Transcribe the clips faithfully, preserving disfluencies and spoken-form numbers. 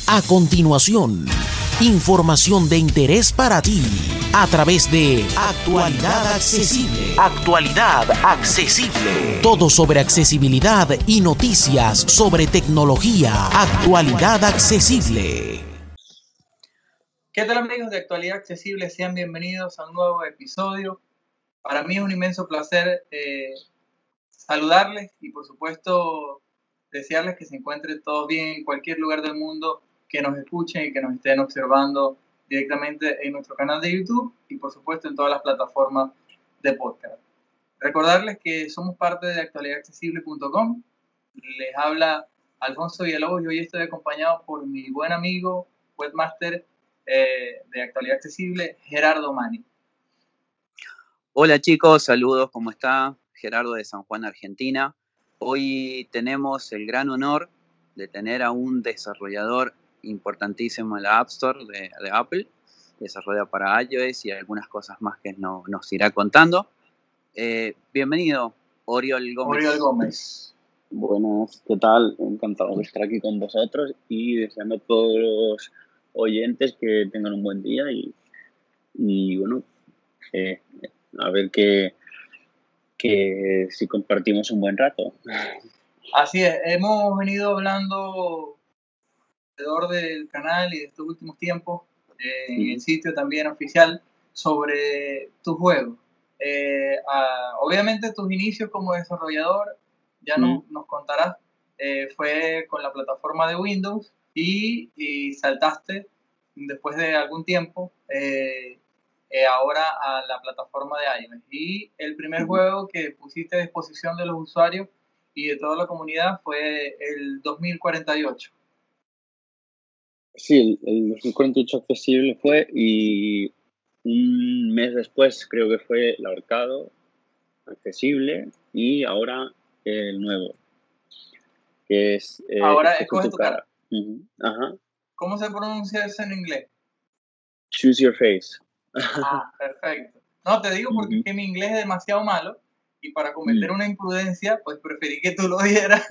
A continuación, información de interés para ti a través de Actualidad Accesible. Actualidad Accesible. Todo sobre accesibilidad y noticias sobre tecnología. Actualidad Accesible. ¿Qué tal, amigos de Actualidad Accesible? Sean bienvenidos a un nuevo episodio. Para mí es un inmenso placer eh, saludarles y, por supuesto, desearles que se encuentren todos bien en cualquier lugar del mundo, que nos escuchen y que nos estén observando directamente en nuestro canal de YouTube y, por supuesto, en todas las plataformas de podcast. Recordarles que somos parte de actualidad accesible punto com. Les habla Alfonso Villalobos y hoy estoy acompañado por mi buen amigo, webmaster eh, de Actualidad Accesible, Gerardo Mani. Hola chicos, saludos, ¿cómo está? Gerardo de San Juan, Argentina. Hoy tenemos el gran honor de tener a un desarrollador importantísimo en la App Store de, de Apple, desarrolla para iOS y algunas cosas más que no, nos irá contando. Eh, bienvenido, Oriol Gómez. Oriol Gómez. Buenas, ¿qué tal? Encantado de estar aquí con vosotros y deseando a todos los oyentes que tengan un buen día y, y bueno, eh, a ver que, que si compartimos un buen rato. Así es, hemos venido hablando alrededor del canal y de estos últimos tiempos, eh, en el sitio también oficial, sobre tus juegos. Eh, a, obviamente tus inicios como desarrollador, ya mm. nos, nos contarás, eh, fue con la plataforma de Windows y, y saltaste después de algún tiempo eh, eh, ahora a la plataforma de iOS. Y el primer uh-huh. juego que pusiste a disposición de los usuarios y de toda la comunidad fue el dos mil cuarenta y ocho. Sí, el, el dos mil cuarenta y ocho accesible fue y un mes después creo que fue el ahorcado accesible y ahora el nuevo, que es... Eh, ahora escoge tu, tu cara. cara. Uh-huh. Ajá. ¿Cómo se pronuncia eso en inglés? Choose your face. Ah, perfecto. No, te digo porque uh-huh. que mi inglés es demasiado malo y para cometer uh-huh. una imprudencia, pues preferí que tú lo dieras.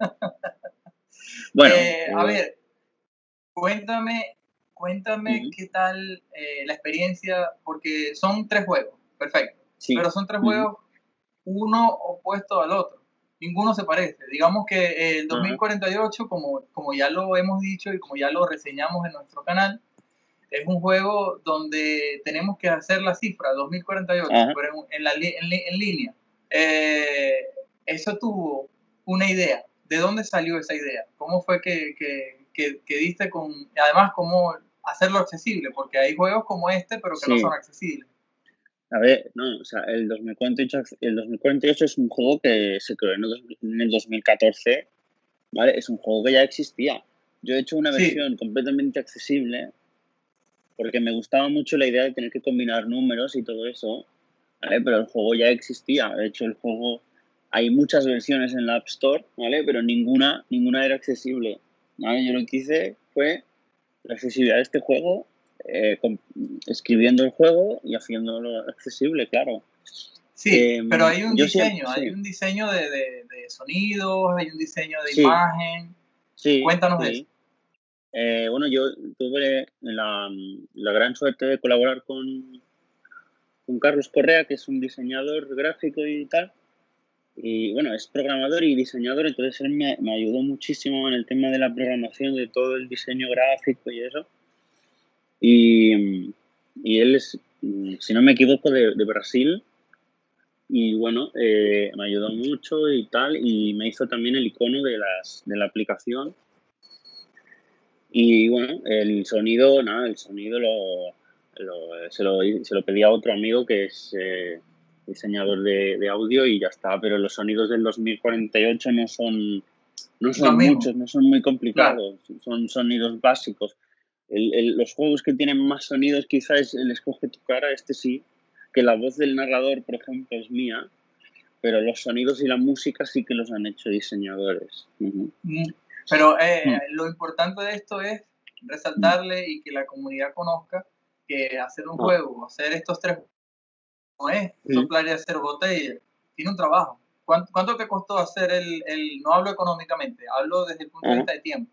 Bueno. Eh, a ver, cuéntame, cuéntame uh-huh. qué tal eh, la experiencia, porque son tres juegos, perfecto. Sí. Pero son tres uh-huh. juegos, uno opuesto al otro. Ninguno se parece. Digamos que el dos mil cuarenta y ocho, uh-huh. como, como ya lo hemos dicho y como ya lo reseñamos en nuestro canal, es un juego donde tenemos que hacer la cifra, dos mil cuarenta y ocho, uh-huh. pero en, la, en, en línea. Eh, eso tuvo una idea. ¿De dónde salió esa idea? ¿Cómo fue que, que, que, que diste con... Además, cómo hacerlo accesible? Porque hay juegos como este, pero que sí. no son accesibles. A ver, no, o sea, el dos mil cuarenta y ocho, el dos mil cuarenta y ocho es un juego que se creó en el, en el dos mil catorce, ¿vale? Es un juego que ya existía. Yo he hecho una versión sí. completamente accesible porque me gustaba mucho la idea de tener que combinar números y todo eso, ¿vale? Pero el juego ya existía. De hecho, el juego... Hay muchas versiones en la App Store, ¿vale? Pero ninguna, ninguna era accesible, ¿vale? Yo lo que hice fue la accesibilidad de este juego, eh, con, escribiendo el juego y haciéndolo accesible, claro. Sí, eh, pero hay un diseño, siempre, hay sí. un diseño de, de, de sonidos, hay un diseño de sí. imagen. Sí, Cuéntanos sí. de eso. Eh, bueno, yo tuve la, la gran suerte de colaborar con, con Carlos Correa, que es un diseñador gráfico y tal. Y bueno, es programador y diseñador, entonces él me, me ayudó muchísimo en el tema de la programación, de todo el diseño gráfico y eso. Y, y él es, si no me equivoco, de, de Brasil. Y bueno, eh, me ayudó mucho y tal, y me hizo también el icono de, las, de la aplicación. Y bueno, el sonido, nada, el sonido lo, lo, se, lo, se lo pedí a otro amigo que es... Eh, diseñador de, de audio y ya está, pero los sonidos del dos mil cuarenta y ocho no son, no son muchos, no son muy complicados, claro. Son sonidos básicos. El, el, los juegos que tienen más sonidos quizás es el Escoge tu cara, este sí, que la voz del narrador, por ejemplo, es mía, pero los sonidos y la música sí que los han hecho diseñadores. Uh-huh. Pero eh, uh-huh. lo importante de esto es resaltarle uh-huh. y que la comunidad conozca que hacer un uh-huh. juego, hacer estos tres no es soplar y hacer botella, tiene un trabajo. ¿Cuánto, cuánto te costó hacer el, el, no hablo económicamente, hablo desde el punto de vista de tiempo,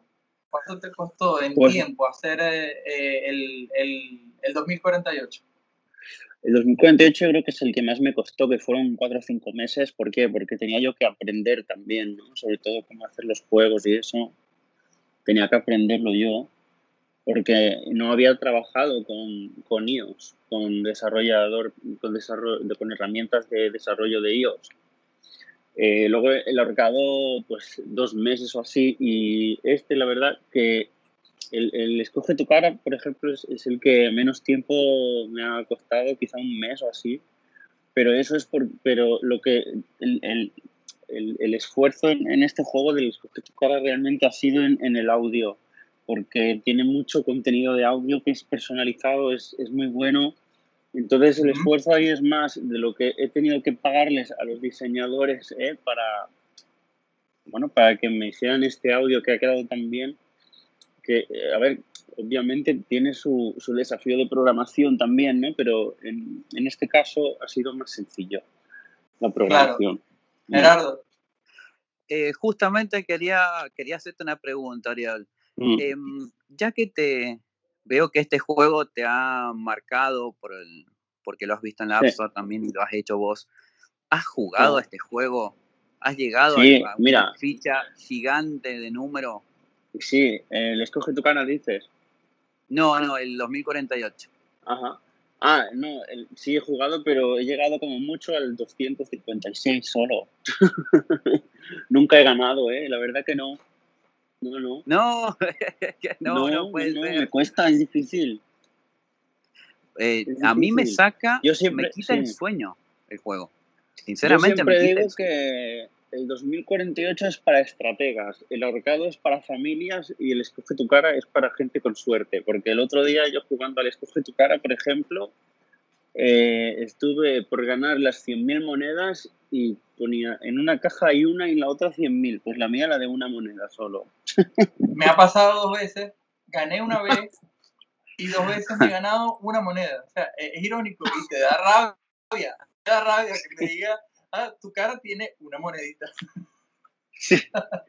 ¿Cuánto te costó en Pues, tiempo hacer eh, el, el, el dos mil cuarenta y ocho? El dos mil cuarenta y ocho creo que es el que más me costó, que fueron cuatro o cinco meses. ¿Por qué? Porque tenía yo que aprender también, ¿no? Sobre todo cómo hacer los juegos y eso. Tenía que aprenderlo yo, porque no había trabajado con, con iOS, con desarrollador, con, desarrollo, con herramientas de desarrollo de iOS. Eh, luego el ahorcado, pues dos meses o así, y este, la verdad, que el, el Escoge tu cara, por ejemplo, es, es el que menos tiempo me ha costado, quizá un mes o así, pero eso es por, pero lo que, el, el, el, el esfuerzo en, en este juego del Escoge tu cara realmente ha sido en, en el audio, porque tiene mucho contenido de audio que es personalizado, es, es muy bueno. Entonces el esfuerzo ahí es más de lo que he tenido que pagarles a los diseñadores ¿eh? para, bueno, para que me hicieran este audio que ha quedado tan bien. Que, a ver, obviamente tiene su, su desafío de programación también, ¿no? Pero en, en este caso ha sido más sencillo la programación. Claro. Gerardo. Eh, justamente quería, quería hacerte una pregunta, Ariel. Mm. Eh, ya que te veo que este juego te ha marcado por el, porque lo has visto en la App Store, sí. También lo has hecho vos. ¿Has jugado sí. a este juego? ¿Has llegado sí, a, a mira, una ficha gigante de número? Sí, el Escoge tu cara, dices. No, no, el dos mil cuarenta y ocho. Ajá. Ah, no, el, sí he jugado, pero he llegado como mucho al doscientos cincuenta y seis solo. Nunca he ganado, ¿eh? La verdad que no. No, no. No, no, no, no puede no, ser. Me cuesta, es difícil. Eh, es difícil. A mí me saca, Yo siempre, me quita sí. el sueño el juego. Sinceramente, Yo siempre me quita digo el sueño. que el dos mil cuarenta y ocho es para estrategas, el ahorcado es para familias y el Escoge tu cara es para gente con suerte. Porque el otro día yo jugando al Escoge tu cara, por ejemplo, eh, estuve por ganar las cien mil monedas y ponía en una caja hay una y en la otra cien mil. Pues la mía la de una moneda solo. Me ha pasado dos veces, gané una vez y dos veces me he ganado una moneda. O sea, es irónico y te da rabia, te da rabia que te diga, ah, tu cara tiene una monedita. Sí.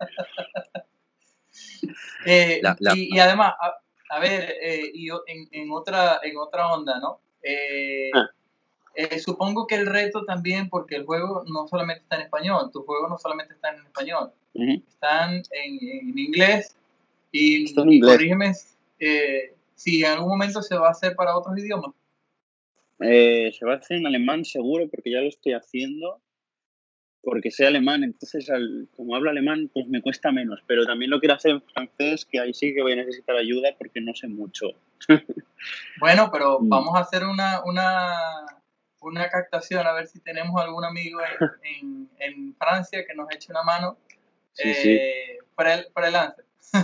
eh, la, la... Y, y además, a, a ver, eh, y en, en, otra, en otra onda, ¿no? Eh, ah. eh, supongo que el reto también, porque el juego no solamente está en español, tu juego no solamente está en español, uh-huh. están en, en inglés y, en inglés. y corrígeme eh, si en algún momento se va a hacer para otros idiomas. Eh, se va a hacer en alemán seguro, porque ya lo estoy haciendo. Porque sé alemán, entonces al, como hablo alemán, pues me cuesta menos. Pero también lo quiero hacer en francés, que ahí sí que voy a necesitar ayuda porque no sé mucho. Bueno, pero mm. vamos a hacer una, una, una captación, a ver si tenemos algún amigo en, en, en Francia que nos eche una mano. Sí, eh, sí. Para el, para el lance.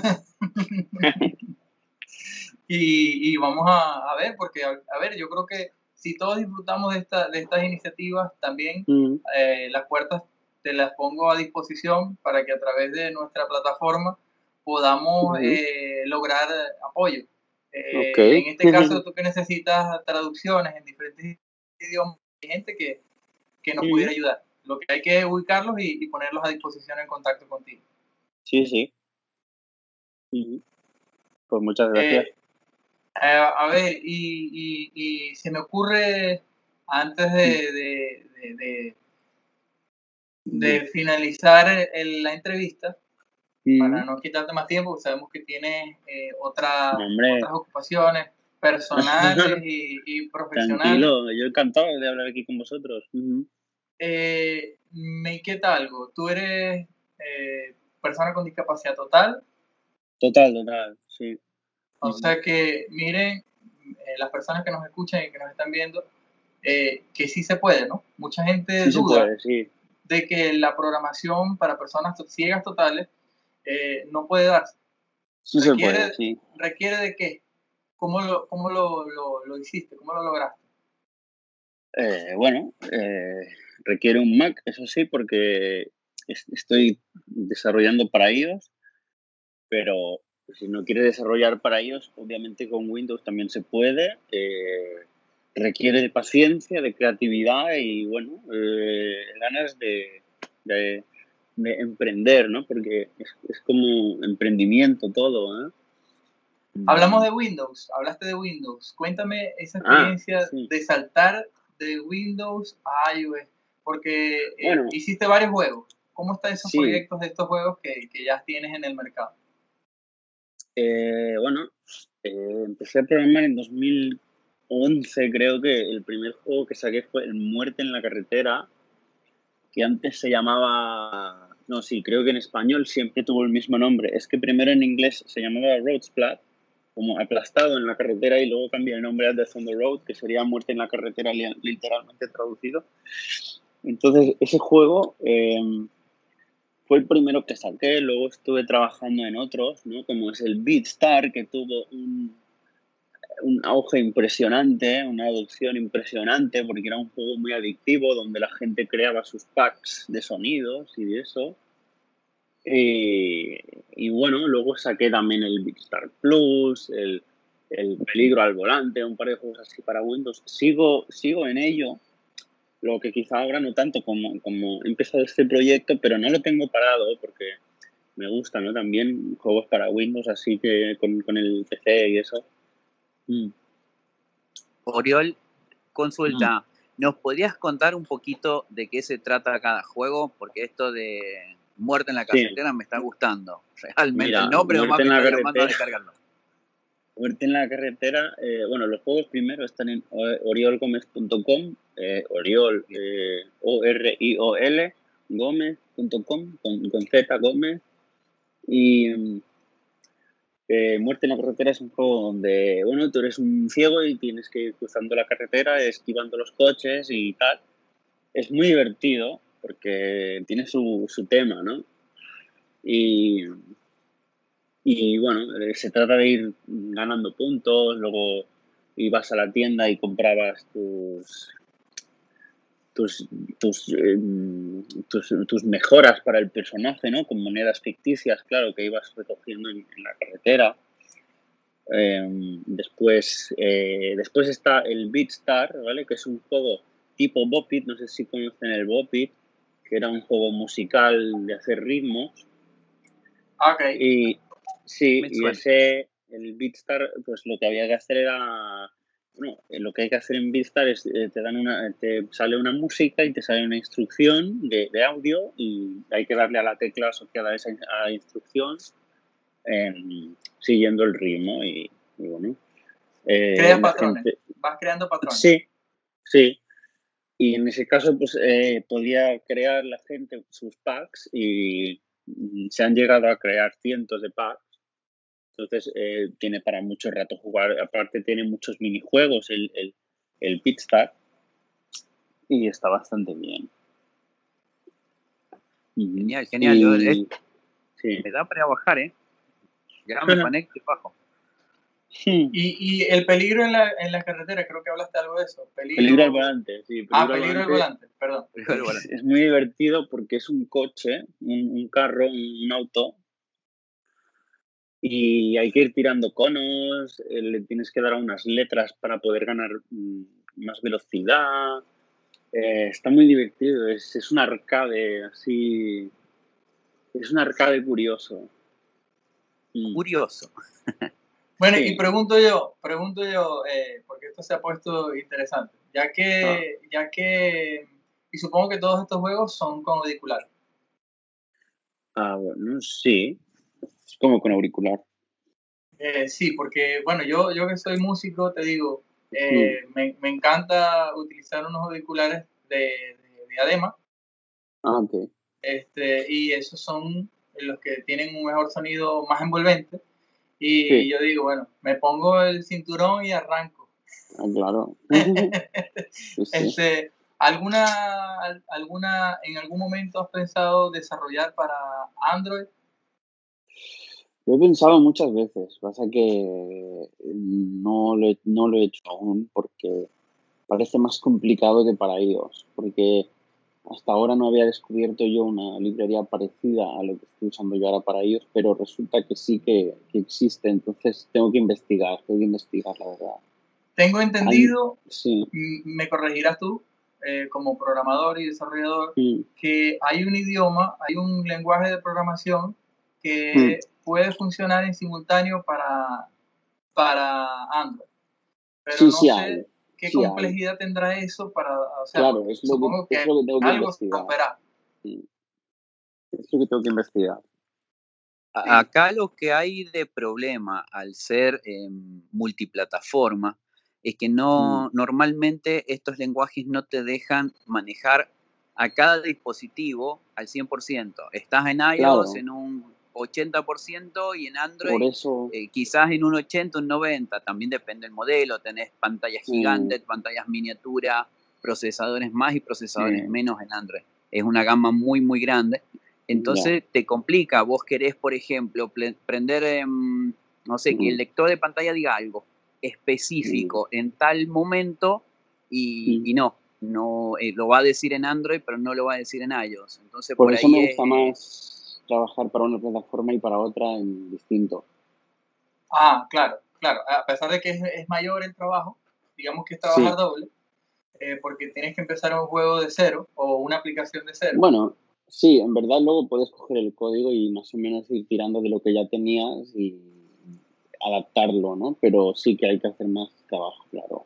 y, y vamos a, a ver, porque, a, a ver, yo creo que si todos disfrutamos de, esta, de estas iniciativas, también mm. eh, las puertas te las pongo a disposición para que a través de nuestra plataforma podamos uh-huh. eh, lograr apoyo. Eh, okay. En este caso, tú que necesitas traducciones en diferentes idiomas, hay gente que, que nos uh-huh. pudiera ayudar. Lo que hay que ubicarlos y, y ponerlos a disposición en contacto contigo. Sí, sí. Uh-huh. Pues muchas gracias. Eh, eh, a ver, y, y, y se me ocurre, antes de, de, de, de de finalizar el, la entrevista, mm. para no quitarte más tiempo, porque sabemos que tienes eh, otra, otras ocupaciones personales y, y profesionales. Tranquilo, yo encantado de hablar aquí con vosotros. Uh-huh. eh, me inquieta algo, ¿tú eres eh, persona con discapacidad total? Total, total, sí. O uh-huh. sea que, miren, eh, las personas que nos escuchan y que nos están viendo, eh, que sí se puede, ¿no? Mucha gente sí duda. Se puede, sí. De que la programación para personas ciegas totales eh, no puede darse. Sí requiere, se puede, sí. ¿Requiere de qué? ¿Cómo lo, cómo lo, lo, lo hiciste? ¿Cómo lo lograste? Eh, bueno, eh, requiere un Mac, eso sí, porque es, estoy desarrollando para iOS, pero si no quiere desarrollar para iOS, obviamente con Windows también se puede. Eh, requiere de paciencia, de creatividad y, bueno, eh, ganas de, de, de emprender, ¿no? Porque es, es como emprendimiento todo, ¿eh? Hablamos de Windows, hablaste de Windows. Cuéntame esa experiencia ah, sí. de saltar de Windows a iOS, porque eh, bueno, hiciste varios juegos. ¿Cómo están esos sí. proyectos de estos juegos que, que ya tienes en el mercado? Eh, bueno, eh, empecé a programar en dos mil once, creo que el primer juego que saqué fue el Muerte en la Carretera, que antes se llamaba... No, sí, creo que en español siempre tuvo el mismo nombre. Es que primero en inglés se llamaba Roadsplat, como aplastado en la carretera, y luego cambié el nombre a Death on the Road, que sería Muerte en la Carretera literalmente traducido. Entonces, ese juego eh, fue el primero que saqué. Luego estuve trabajando en otros, ¿no? Como es el BeatStar, que tuvo un, un auge impresionante, una adopción impresionante, porque era un juego muy adictivo, donde la gente creaba sus packs de sonidos y de eso. Y, y bueno, luego saqué también el BeatStar Plus, el, el Peligro al Volante, un par de juegos así para Windows. Sigo, sigo en ello, lo que quizá ahora no tanto como, como he empezado este proyecto, pero no lo tengo parado porque me gusta, ¿no? También juegos para Windows, así que con, con el P C y eso. Mm. Oriol, consulta, mm. ¿nos podrías contar un poquito de qué se trata cada juego? Porque esto de Muerte en la Carretera sí. me está gustando. Realmente Mira, el nombre nomás me está llamando a descargarlo. Muerte en la Carretera, eh, bueno, los juegos primero están en oriol gómez punto com, eh, Oriol, eh, O R I O L, gómez punto com, con, con Z, Gómez. Y eh, Muerte en la Carretera es un juego donde, bueno, tú eres un ciego y tienes que ir cruzando la carretera, esquivando los coches y tal. Es muy divertido porque tiene su, su tema, ¿no? Y, y bueno, se trata de ir ganando puntos, luego ibas a la tienda y comprabas tus tus, tus, eh, tus, tus mejoras para el personaje, ¿no? Con monedas ficticias, claro, que ibas recogiendo en, en la carretera. Eh, después, eh, después está el BeatStar, ¿vale? Que es un juego tipo Bopit, no sé si conocen el Bopit, que era un juego musical de hacer ritmos. Okay. Y sí, y ese, el BeatStar, pues lo que había que hacer era, bueno, lo que hay que hacer en BeatStar es, eh, te dan una, te sale una música y te sale una instrucción de, de audio y hay que darle a la tecla asociada a esa a la instrucción eh, siguiendo el ritmo y, y bueno. Eh, Creas patrones, gente, vas creando patrones. Sí, sí. Y en ese caso, pues eh, podía crear la gente sus packs y se han llegado a crear cientos de packs. Entonces, eh, tiene para mucho rato jugar. Aparte, tiene muchos minijuegos el, el, el BeatStar y está bastante bien. Genial, genial. Y, Yo, eh, sí. Me da para bajar, ¿eh? Ya me conecto y bajo. Sí. Y, y el peligro en la, en la carretera, creo que hablaste algo de eso. Peligro, peligro al volante, sí. Peligro ah, peligro al volante, volante perdón. Es, es muy divertido porque es un coche, un, un carro, un, un auto. Y hay que ir tirando conos, eh, le tienes que dar a unas letras para poder ganar mm, más velocidad. Eh, está muy divertido, es, es un arcade así. Es un arcade curioso. Mm. Curioso. Bueno, sí. Y pregunto yo, pregunto yo, eh, porque esto se ha puesto interesante, ya que, ah. ya que, y supongo que todos estos juegos son con auricular. Ah, bueno, sí, es como con auricular. Eh, sí, porque, bueno, yo, yo que soy músico, te digo, eh, mm. me, me encanta utilizar unos auriculares de, de diadema. Ah, ok. Este, y esos son los que tienen un mejor sonido, más envolvente. Y sí. Yo digo, bueno, me pongo el cinturón y arranco. Ah, claro. sí, sí. Este, ¿alguna, alguna, ¿En algún momento has pensado desarrollar para Android? Lo he pensado muchas veces, pasa que no lo, he, no lo he hecho aún porque parece más complicado que para iOS, porque hasta ahora no había descubierto yo una librería parecida a lo que estoy usando yo ahora para iOS, pero resulta que sí que, que existe, entonces tengo que investigar, tengo que investigar la verdad. Tengo entendido, Ay, sí. me corregirás tú, eh, como programador y desarrollador, mm. que hay un idioma, hay un lenguaje de programación que mm. puede funcionar en simultáneo para, para Android. Pero sí, no sí sé hay. qué sí complejidad hay. tendrá eso para, o sea, claro, es lo supongo que, que, es lo que tengo que algo investigar. se romperá. Sí. Es lo que tengo que investigar. Acá lo que hay de problema al ser eh, multiplataforma es que no, mm. normalmente estos lenguajes no te dejan manejar a cada dispositivo al cien por ciento. Estás en iOS claro. en un ochenta por ciento y en Android por eso... eh, quizás en un ochenta, un noventa, también depende del modelo, tenés pantallas gigantes, mm. pantallas miniatura, procesadores más y procesadores mm. menos en Android. Es una gama muy, muy grande. Entonces yeah. te complica, vos querés, por ejemplo, prender, eh, no sé, mm. que el lector de pantalla diga algo específico mm. en tal momento y, mm. y no, no eh, lo va a decir en Android, pero no lo va a decir en iOS. Entonces, por, por eso ahí me gusta es, más trabajar para una plataforma y para otra en distinto. Ah, claro, claro. A pesar de que es, es mayor el trabajo, digamos que es trabajar sí. doble, eh, porque tienes que empezar un juego de cero o una aplicación de cero. Bueno, sí, en verdad luego puedes coger el código y más o menos ir tirando de lo que ya tenías y adaptarlo, ¿no? Pero sí que hay que hacer más trabajo, claro.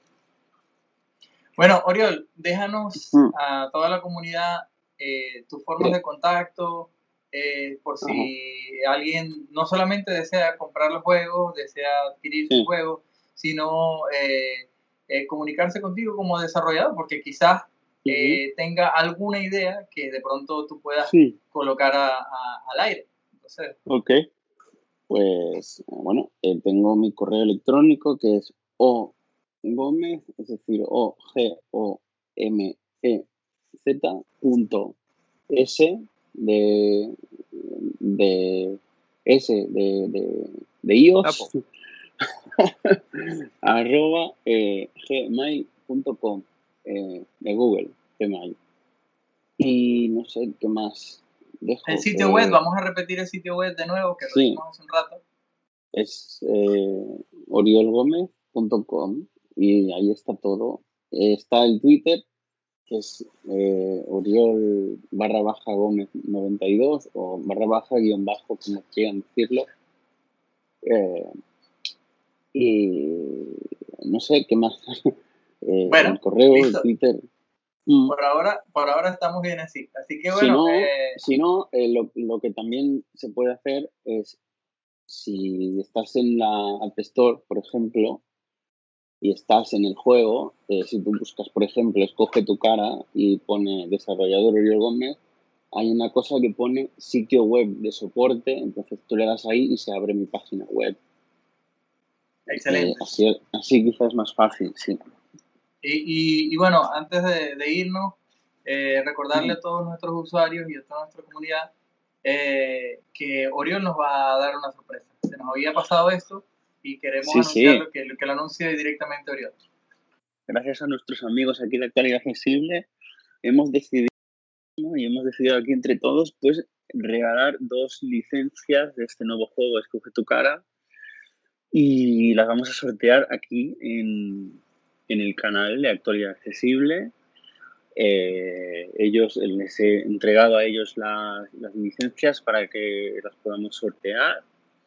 Bueno, Oriol, déjanos mm. a toda la comunidad eh, tus formas sí. de contacto, eh, por si Ajá. alguien no solamente desea comprar los juegos, desea adquirir sí. tus juegos, sino eh, eh, comunicarse contigo como desarrollador, porque quizás uh-huh. eh, tenga alguna idea que de pronto tú puedas sí. colocar a, a, al aire. Entonces, ok, pues bueno, eh, tengo mi correo electrónico que es o Gómez, es decir, o g o m e z punto s de de s de de, de iOS arroba eh, gmail punto com eh, de Google, Gmail. Y no sé qué más dejo. El sitio eh, web, vamos a repetir el sitio web de nuevo, que lo sí, dijimos hace un rato. Es eh, oriol gómez punto com y ahí está todo. Eh, está el Twitter, que es eh, Oriol barra baja Gómez noventa y dos o barra baja guión bajo, como quieran decirlo. Eh, y no sé qué más. eh, bueno, el correo, listo. el Twitter. Por ahora, por ahora estamos bien así. Así que bueno. Si no, eh... si no eh, lo, lo que también se puede hacer es, si estás en la App Store, por ejemplo, y estás en el juego, eh, si tú buscas, por ejemplo, escoge tu cara y pone desarrollador Oriol Gómez, hay una cosa que pone sitio web de soporte, entonces tú le das ahí y se abre mi página web. Excelente. Eh, así, así quizás es más fácil, sí. Y, y, y bueno, antes de, de irnos, eh, recordarle a todos nuestros usuarios y a toda nuestra comunidad eh, que Oriol nos va a dar una sorpresa. Se nos había pasado esto y queremos sí, anunciarlo, sí. Que, que lo anuncie directamente Oriol. Gracias a nuestros amigos aquí de Actualidad Accesible, hemos decidido, ¿no? y hemos decidido aquí entre todos, pues regalar dos licencias de este nuevo juego, Escoge tu cara, y las vamos a sortear aquí en, en el canal de Actualidad Accesible. Eh, ellos, les he entregado a ellos la, las licencias para que las podamos sortear.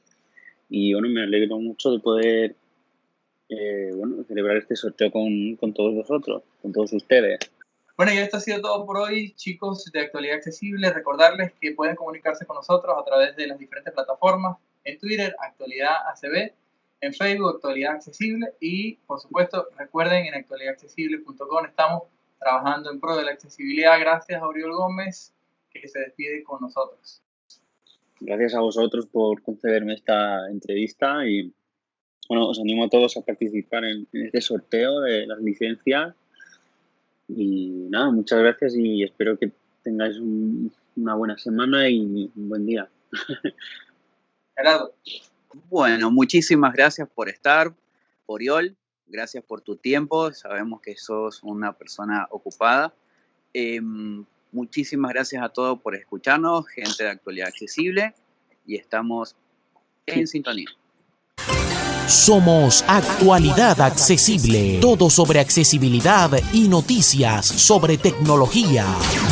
Y bueno, me alegro mucho de poder eh, bueno, celebrar este sorteo con, con todos vosotros, con todos ustedes. Bueno, y esto ha sido todo por hoy, chicos de Actualidad Accesible. Recordarles que pueden comunicarse con nosotros a través de las diferentes plataformas. En Twitter, Actualidad A C B. En Facebook, Actualidad Accesible. Y, por supuesto, recuerden, en actualidad accesible punto com estamos trabajando en pro de la accesibilidad. Gracias a Oriol Gómez, que se despide con nosotros. Gracias a vosotros por concederme esta entrevista y bueno, os animo a todos a participar en, en este sorteo de las licencias y nada, muchas gracias y espero que tengáis un, una buena semana y un buen día. Gerardo. Bueno, muchísimas gracias por estar, Oriol, gracias por tu tiempo, sabemos que sos una persona ocupada. Eh, Muchísimas gracias a todos por escucharnos, gente de Actualidad Accesible, y estamos en sintonía. Somos Actualidad Accesible. Todo sobre accesibilidad y noticias sobre tecnología.